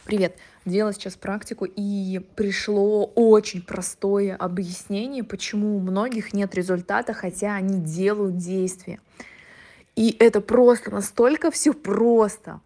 Привет. Делала сейчас практику, и пришло очень простое объяснение, почему у многих нет результата, хотя они делают действия. И это просто настолько все просто.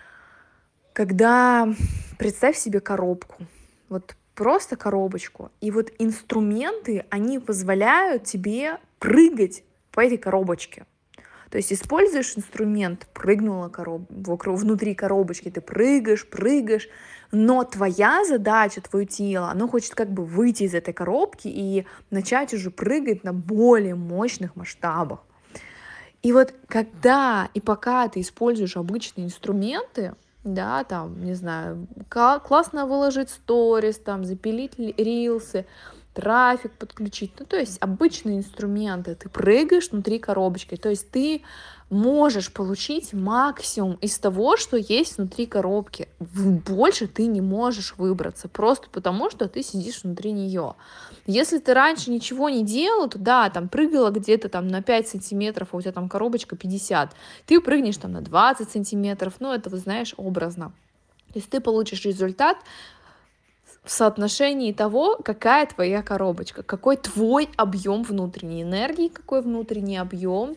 Когда представь себе коробку, вот просто коробочку, и вот инструменты, они позволяют тебе прыгать по этой коробочке. То есть используешь инструмент, прыгнула внутри коробочки, ты прыгаешь, прыгаешь, но твоя задача, твое тело, оно хочет как бы выйти из этой коробки и начать уже прыгать на более мощных масштабах. И вот когда и пока ты используешь обычные инструменты, да, там, не знаю, классно выложить сторис, там, запилить рилсы, трафик подключить, ну, то есть обычные инструменты, ты прыгаешь внутри коробочки, то есть ты можешь получить максимум из того, что есть внутри коробки. Больше ты не можешь выбраться, просто потому что ты сидишь внутри нее. Если ты раньше ничего не делала, то да, там прыгала где-то там на 5 сантиметров, а у тебя там коробочка 50, ты прыгнешь там на 20 сантиметров, ну это, вы знаешь, образно. То есть ты получишь результат в соотношении того, какая твоя коробочка, какой твой объем внутренней энергии, какой внутренний объем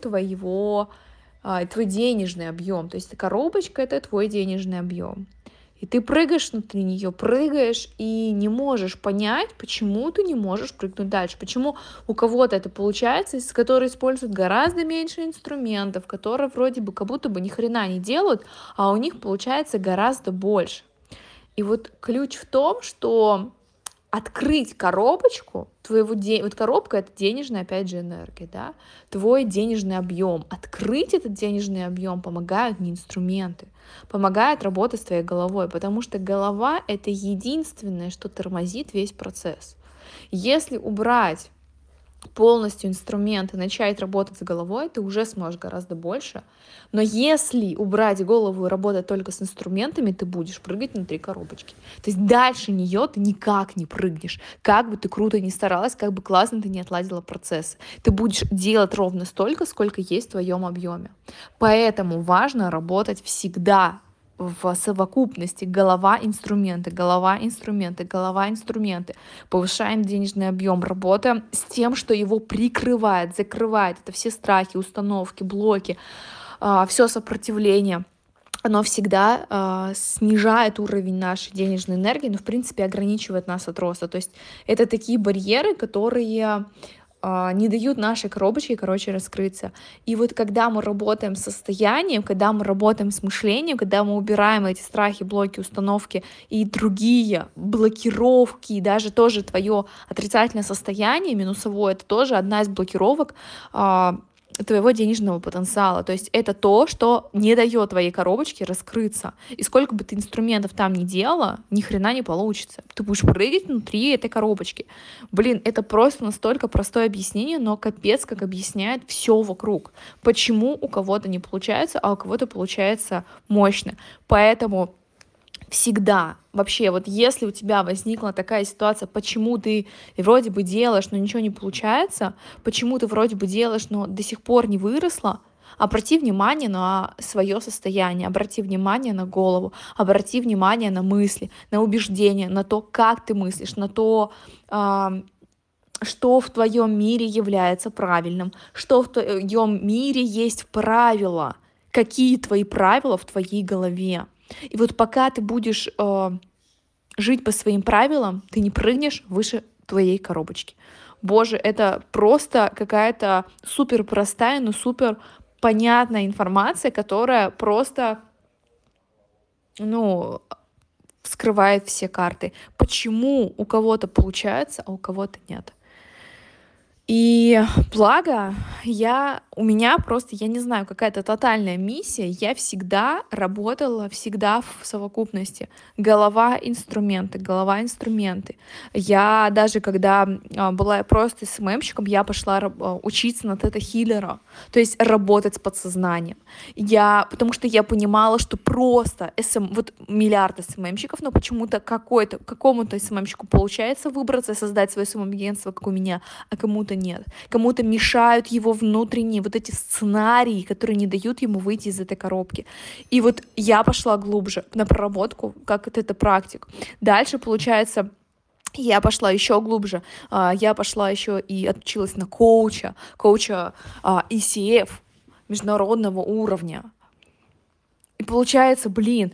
твой денежный объем. То есть коробочка — это твой денежный объем. И ты прыгаешь внутри нее, прыгаешь и не можешь понять, почему ты не можешь прыгнуть дальше. Почему у кого-то это получается, которые используют гораздо меньше инструментов, которые вроде бы как будто бы ни хрена не делают, а у них получается гораздо больше. И вот ключ в том, что открыть коробочку вот коробка — это денежная, опять же, энергия, да, твой денежный объем. Открыть этот денежный объем помогают не инструменты, помогает работа с твоей головой, потому что голова — это единственное, что тормозит весь процесс. Если убрать полностью инструмент и начать работать с головой, ты уже сможешь гораздо больше. Но если убрать голову и работать только с инструментами, ты будешь прыгать внутри коробочки. То есть дальше нее ты никак не прыгнешь. Как бы ты круто ни старалась, как бы классно ты не отладила процесс. Ты будешь делать ровно столько, сколько есть в твоем объеме. Поэтому важно работать всегда в совокупности голова, инструменты, голова, инструменты, голова, инструменты. Повышаем денежный объем, работаем с тем, что его прикрывает, закрывает. Это все страхи, установки, блоки, все сопротивление. Оно всегда снижает уровень нашей денежной энергии, но в принципе ограничивает нас от роста. То есть это такие барьеры, которые не дают нашей коробочке, раскрыться. И вот когда мы работаем с состоянием, когда мы работаем с мышлением, когда мы убираем эти страхи, блоки, установки и другие блокировки, и даже тоже твое отрицательное состояние, минусовое, это тоже одна из блокировок твоего денежного потенциала. То есть это то, что не дает твоей коробочке раскрыться. И сколько бы ты инструментов там ни делала, ни хрена не получится. Ты будешь прыгать внутри этой коробочки. Блин, это просто настолько простое объяснение, но капец как объясняет все вокруг. Почему у кого-то не получается, а у кого-то получается мощно. Поэтому всегда, вообще, вот если у тебя возникла такая ситуация, почему ты вроде бы делаешь, но ничего не получается, почему ты вроде бы делаешь, но до сих пор не выросла, обрати внимание на свое состояние, обрати внимание на голову, обрати внимание на мысли, на убеждения, на то, как ты мыслишь, на то, что в твоем мире является правильным, что в твоем мире есть правила, какие твои правила в твоей голове. И вот пока ты будешь жить по своим правилам, ты не прыгнешь выше твоей коробочки. Боже, это просто какая-то супер простая, но супер понятная информация, которая просто, ну, вскрывает все карты. Почему у кого-то получается, а у кого-то нет. И благо, у меня просто, я не знаю, какая-то тотальная миссия. Я всегда работала, всегда в совокупности. Голова, инструменты, голова, инструменты. Я даже когда была просто СММщиком, я пошла учиться на тета-хиллера, то есть работать с подсознанием. Потому что я понимала, что просто вот миллиард СММщиков, но почему-то какому-то СММщику получается выбраться и создать свое СММ-агентство, как у меня, а кому-то кому-то нет. Кому-то мешают его внутренние вот эти сценарии, которые не дают ему выйти из этой коробки. И вот я пошла глубже на проработку, как это практик. Дальше, получается, я пошла еще глубже, я пошла еще и отучилась на коуча ECF, международного уровня. И получается,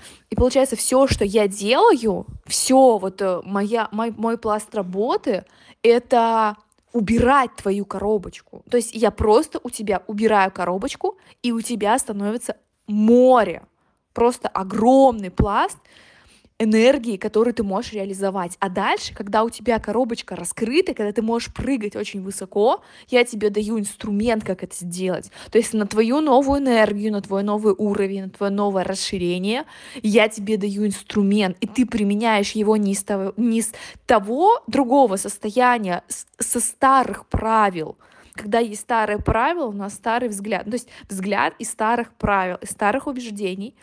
все, что я делаю, все вот мой пласт работы, это убирать твою коробочку. То есть я просто у тебя убираю коробочку, и у тебя становится море, просто огромный пласт энергии, которую ты можешь реализовать. А дальше, когда у тебя коробочка раскрыта, когда ты можешь прыгать очень высоко, я тебе даю инструмент, как это сделать. То есть на твою новую энергию, на твой новый уровень, на твое новое расширение я тебе даю инструмент, и ты применяешь его не из того другого состояния, со старых правил. Когда есть старые правила, у нас старый взгляд. То есть взгляд из старых правил, из старых убеждений.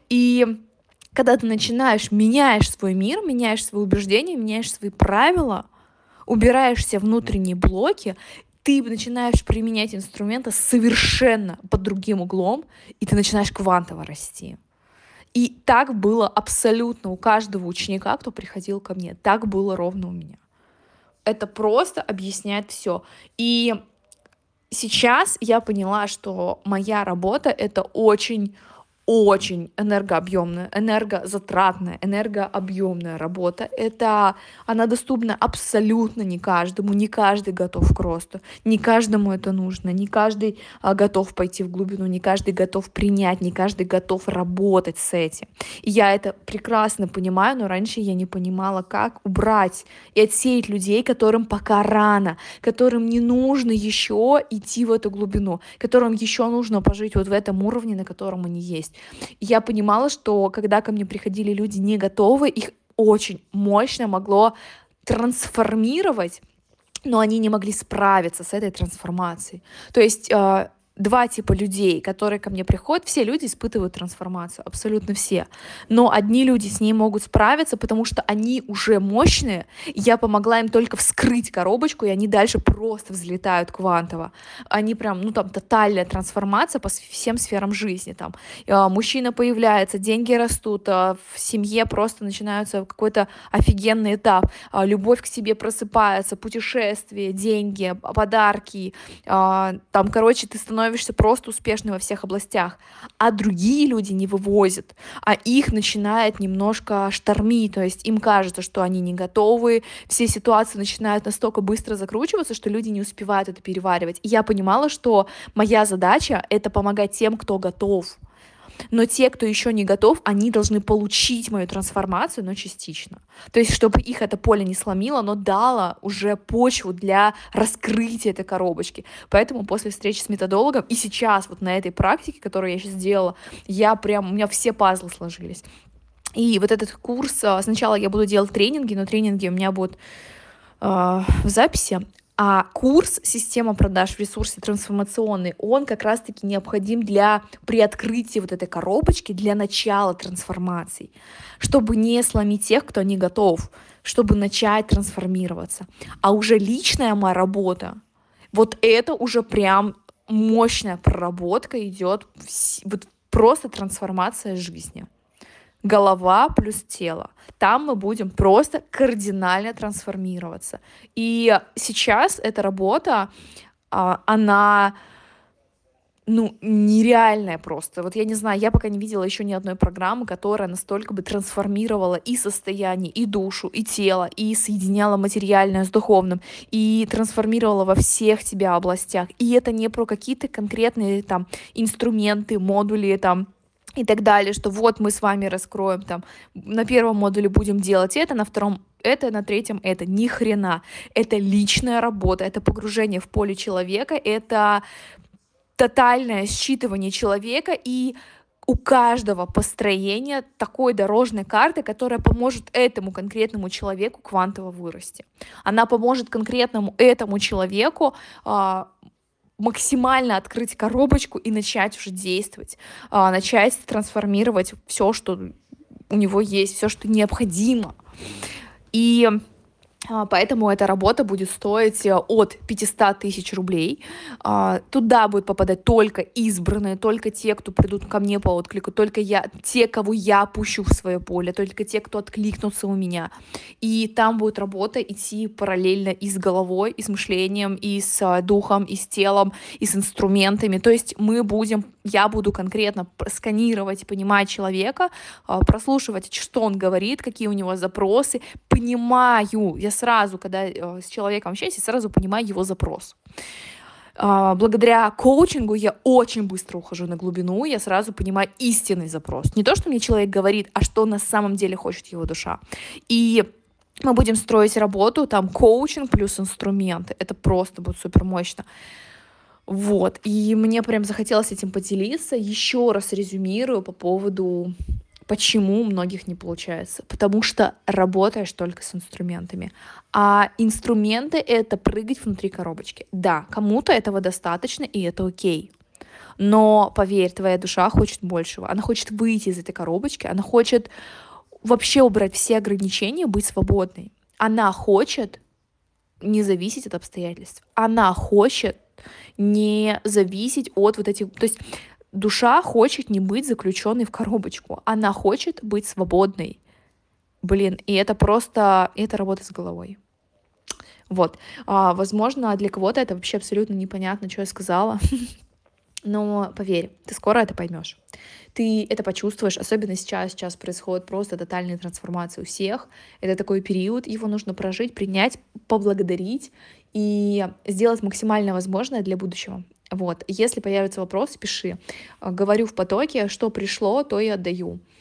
И когда ты меняешь свой мир, меняешь свои убеждения, меняешь свои правила, убираешь все внутренние блоки, ты начинаешь применять инструменты совершенно под другим углом, и ты начинаешь квантово расти. И так было абсолютно у каждого ученика, кто приходил ко мне. Так было ровно у меня. Это просто объясняет все. И сейчас я поняла, что моя работа — это очень энергообъемная, энергозатратная, энергообъемная работа. Она доступна абсолютно не каждому, не каждый готов к росту, не каждому это нужно, не каждый готов пойти в глубину, не каждый готов принять, не каждый готов работать с этим. И я это прекрасно понимаю, но раньше я не понимала, как убрать и отсеять людей, которым пока рано, которым не нужно еще идти в эту глубину, которым еще нужно пожить вот в этом уровне, на котором они есть. И я понимала, что когда ко мне приходили люди не готовые, их очень мощно могло трансформировать, но они не могли справиться с этой трансформацией. То есть два типа людей, которые ко мне приходят, все люди испытывают трансформацию, абсолютно все. Но одни люди с ней могут справиться, потому что они уже мощные, и я помогла им только вскрыть коробочку, и они дальше просто взлетают квантово. Они прям, тотальная трансформация по всем сферам жизни. Там мужчина появляется, деньги растут, в семье просто начинается какой-то офигенный этап, любовь к себе просыпается, путешествия, деньги, подарки, ты становишься просто успешным во всех областях, а другие люди не вывозят, а их начинает немножко штормить, то есть им кажется, что они не готовы, все ситуации начинают настолько быстро закручиваться, что люди не успевают это переваривать. И я понимала, что моя задача — это помогать тем, кто готов. Но те, кто еще не готов, они должны получить мою трансформацию, но частично. То есть, чтобы их это поле не сломило, но дало уже почву для раскрытия этой коробочки. Поэтому после встречи с методологом и сейчас вот на этой практике, которую я сейчас сделала, у меня все пазлы сложились. И вот этот курс, сначала я буду делать тренинги, но тренинги у меня будут в записи, а курс «Система продаж в ресурсе трансформационный», он как раз-таки необходим для приоткрытия вот этой коробочки, для начала трансформаций, чтобы не сломить тех, кто не готов, чтобы начать трансформироваться. А уже личная моя работа, вот это уже прям мощная проработка идет, вот просто трансформация жизни. Голова плюс тело. Там мы будем просто кардинально трансформироваться. И сейчас эта работа, она, нереальная просто. Вот я не знаю, я пока не видела еще ни одной программы, которая настолько бы трансформировала и состояние, и душу, и тело, и соединяла материальное с духовным, и трансформировала во всех тебя областях. И это не про какие-то конкретные там инструменты, модули, там, и так далее, что вот мы с вами раскроем, там, на первом модуле будем делать это, на втором это, на третьем это. Ни хрена. Это личная работа, это погружение в поле человека, это тотальное считывание человека, и у каждого построения такой дорожной карты, которая поможет этому конкретному человеку квантово вырасти. Она поможет конкретному этому человеку максимально открыть коробочку и начать уже действовать, начать трансформировать все, что у него есть, все, что необходимо. И Поэтому эта работа будет стоить от 500 тысяч рублей. Туда будут попадать только избранные, только те, кто придут ко мне по отклику, только те, кого я пущу в свое поле, только те, кто откликнутся у меня. И там будет работа идти параллельно и с головой, и с мышлением, и с духом, и с телом, и с инструментами. То есть я буду конкретно сканировать и понимать человека, прослушивать, что он говорит, какие у него запросы, понимаю, я сразу, когда с человеком общаюсь, я сразу понимаю его запрос. Благодаря коучингу я очень быстро ухожу на глубину, я сразу понимаю истинный запрос. Не то, что мне человек говорит, а что на самом деле хочет его душа. И мы будем строить работу, там коучинг плюс инструменты. Это просто будет супер мощно. Вот, и мне прям захотелось этим поделиться. Еще раз резюмирую по поводу, почему у многих не получается. Потому что работаешь только с инструментами. А инструменты — это прыгать внутри коробочки. Да, кому-то этого достаточно, и это окей. Но, поверь, твоя душа хочет большего. Она хочет выйти из этой коробочки, она хочет вообще убрать все ограничения, быть свободной. Она хочет не зависеть от обстоятельств. Она хочет не зависеть от вот этих... То есть душа хочет не быть заключенной в коробочку. Она хочет быть свободной. Блин, и это просто... Это работа с головой. Вот. Возможно, для кого-то это вообще абсолютно непонятно, что я сказала. Но поверь, ты скоро это поймешь. Ты это почувствуешь, особенно сейчас происходит просто тотальная трансформация у всех. Это такой период, его нужно прожить, принять, поблагодарить и сделать максимально возможное для будущего. Вот. Если появятся вопросы, пиши. Говорю в потоке, что пришло, то и отдаю.